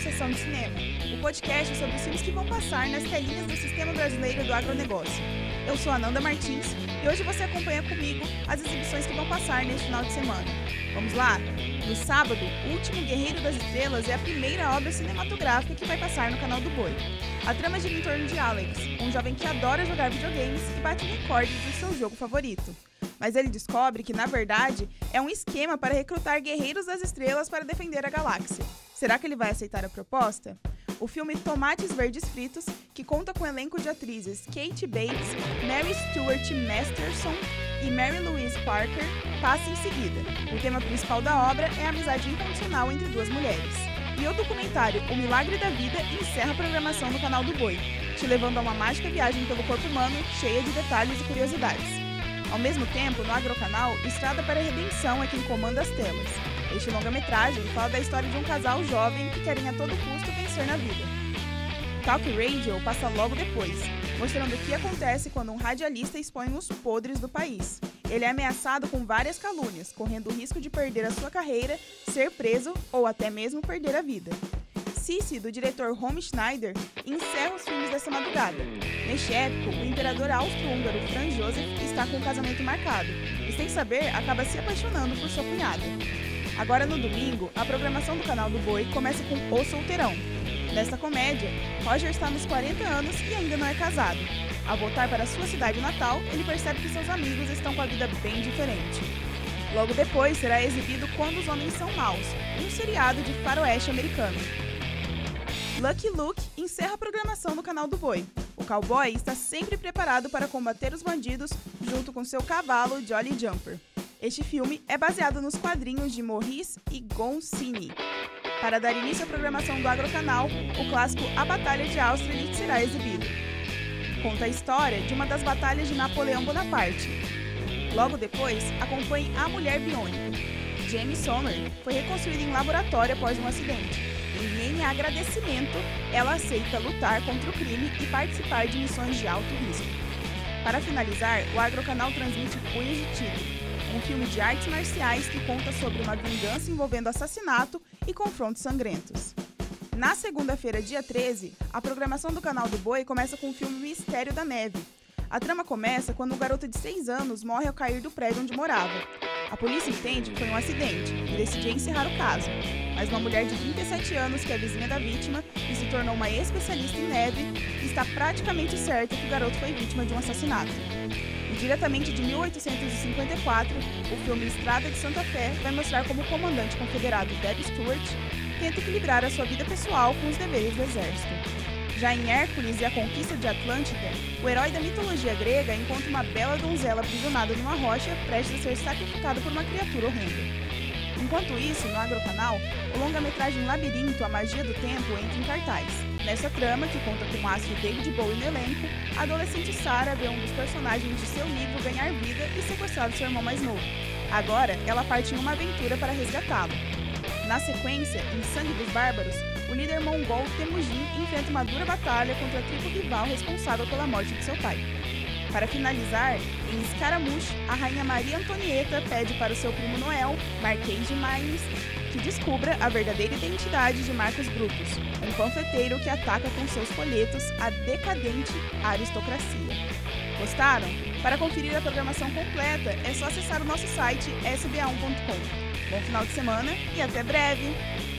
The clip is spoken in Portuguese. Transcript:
Sessão de Cinema, o podcast sobre os filmes que vão passar nas telinhas do Sistema Brasileiro do Agronegócio. Eu sou a Nanda Martins e hoje você acompanha comigo as exibições que vão passar neste final de semana. Vamos lá? No sábado, O Último Guerreiro das Estrelas é a primeira obra cinematográfica que vai passar no canal do Boi. A trama gira em torno de Alex, um jovem que adora jogar videogames e bate recordes do seu jogo favorito. Mas ele descobre que, na verdade, é um esquema para recrutar guerreiros das estrelas para defender a galáxia. Será que ele vai aceitar a proposta? O filme Tomates Verdes Fritos, que conta com um elenco de atrizes Kate Bates, Mary Stuart Masterson e Mary Louise Parker, passa em seguida. O tema principal da obra é a amizade incondicional entre duas mulheres. E o documentário O Milagre da Vida encerra a programação no canal do Boi, te levando a uma mágica viagem pelo corpo humano cheia de detalhes e curiosidades. Ao mesmo tempo, no Agrocanal, Estrada para a Redenção é quem comanda as telas. Este longa-metragem fala da história de um casal jovem que querem a todo custo vencer na vida. Talk Radio passa logo depois, mostrando o que acontece quando um radialista expõe os podres do país. Ele é ameaçado com várias calúnias, correndo o risco de perder a sua carreira, ser preso ou até mesmo perder a vida. Sissi, do diretor Romy Schneider, encerra os filmes dessa madrugada. Neste épico, o imperador austro-húngaro Franz Josef está com o casamento marcado e, sem saber, acaba se apaixonando por sua cunhada. Agora, no domingo, a programação do canal do Boi começa com O Solteirão. Nesta comédia, Roger está nos 40 anos e ainda não é casado. Ao voltar para sua cidade natal, ele percebe que seus amigos estão com a vida bem diferente. Logo depois, será exibido Quando os Homens São Maus, um seriado de faroeste americano. Lucky Luke encerra a programação no canal do Boi. O cowboy está sempre preparado para combater os bandidos junto com seu cavalo Jolly Jumper. Este filme é baseado nos quadrinhos de Maurice e Gonsini. Para dar início à programação do Agrocanal, o clássico A Batalha de Austerlitz será exibido. Conta a história de uma das batalhas de Napoleão Bonaparte. Logo depois, acompanhe A Mulher Biônica. Jamie Sommer foi reconstruída em laboratório após um acidente. E em agradecimento, ela aceita lutar contra o crime e participar de missões de alto risco. Para finalizar, o Agrocanal transmite Punhos de Tigre, um filme de artes marciais que conta sobre uma vingança envolvendo assassinato e confrontos sangrentos. Na segunda-feira, dia 13, a programação do canal do Boi começa com o filme Mistério da Neve. A trama começa quando um garoto de 6 anos morre ao cair do prédio onde morava. A polícia entende que foi um acidente e decide encerrar o caso, mas uma mulher de 37 anos, que é vizinha da vítima e se tornou uma especialista em neve, está praticamente certa que o garoto foi vítima de um assassinato. E diretamente de 1854, o filme Estrada de Santa Fé vai mostrar como o comandante confederado Deb Stuart tenta equilibrar a sua vida pessoal com os deveres do exército. Já em Hércules e a Conquista de Atlântida, o herói da mitologia grega encontra uma bela donzela aprisionada numa rocha prestes a ser sacrificada por uma criatura horrenda. Enquanto isso, no Agrocanal, o longa-metragem Labirinto, a Magia do Tempo entra em cartaz. Nessa trama, que conta com o astro David Bowie no elenco, a adolescente Sarah vê um dos personagens de seu livro ganhar vida e sequestrar seu irmão mais novo. Agora, ela parte em uma aventura para resgatá-lo. Na sequência, em Sangue dos Bárbaros, o líder mongol Temujin enfrenta uma dura batalha contra a tribo rival responsável pela morte de seu pai. Para finalizar, em Scaramouche, a rainha Maria Antonieta pede para o seu primo Noel, Marquês de Mainz, que descubra a verdadeira identidade de Marcos Brutus, um panfleteiro que ataca com seus folhetos a decadente aristocracia. Gostaram? Para conferir a programação completa, é só acessar o nosso site sba1.com. Bom final de semana e até breve!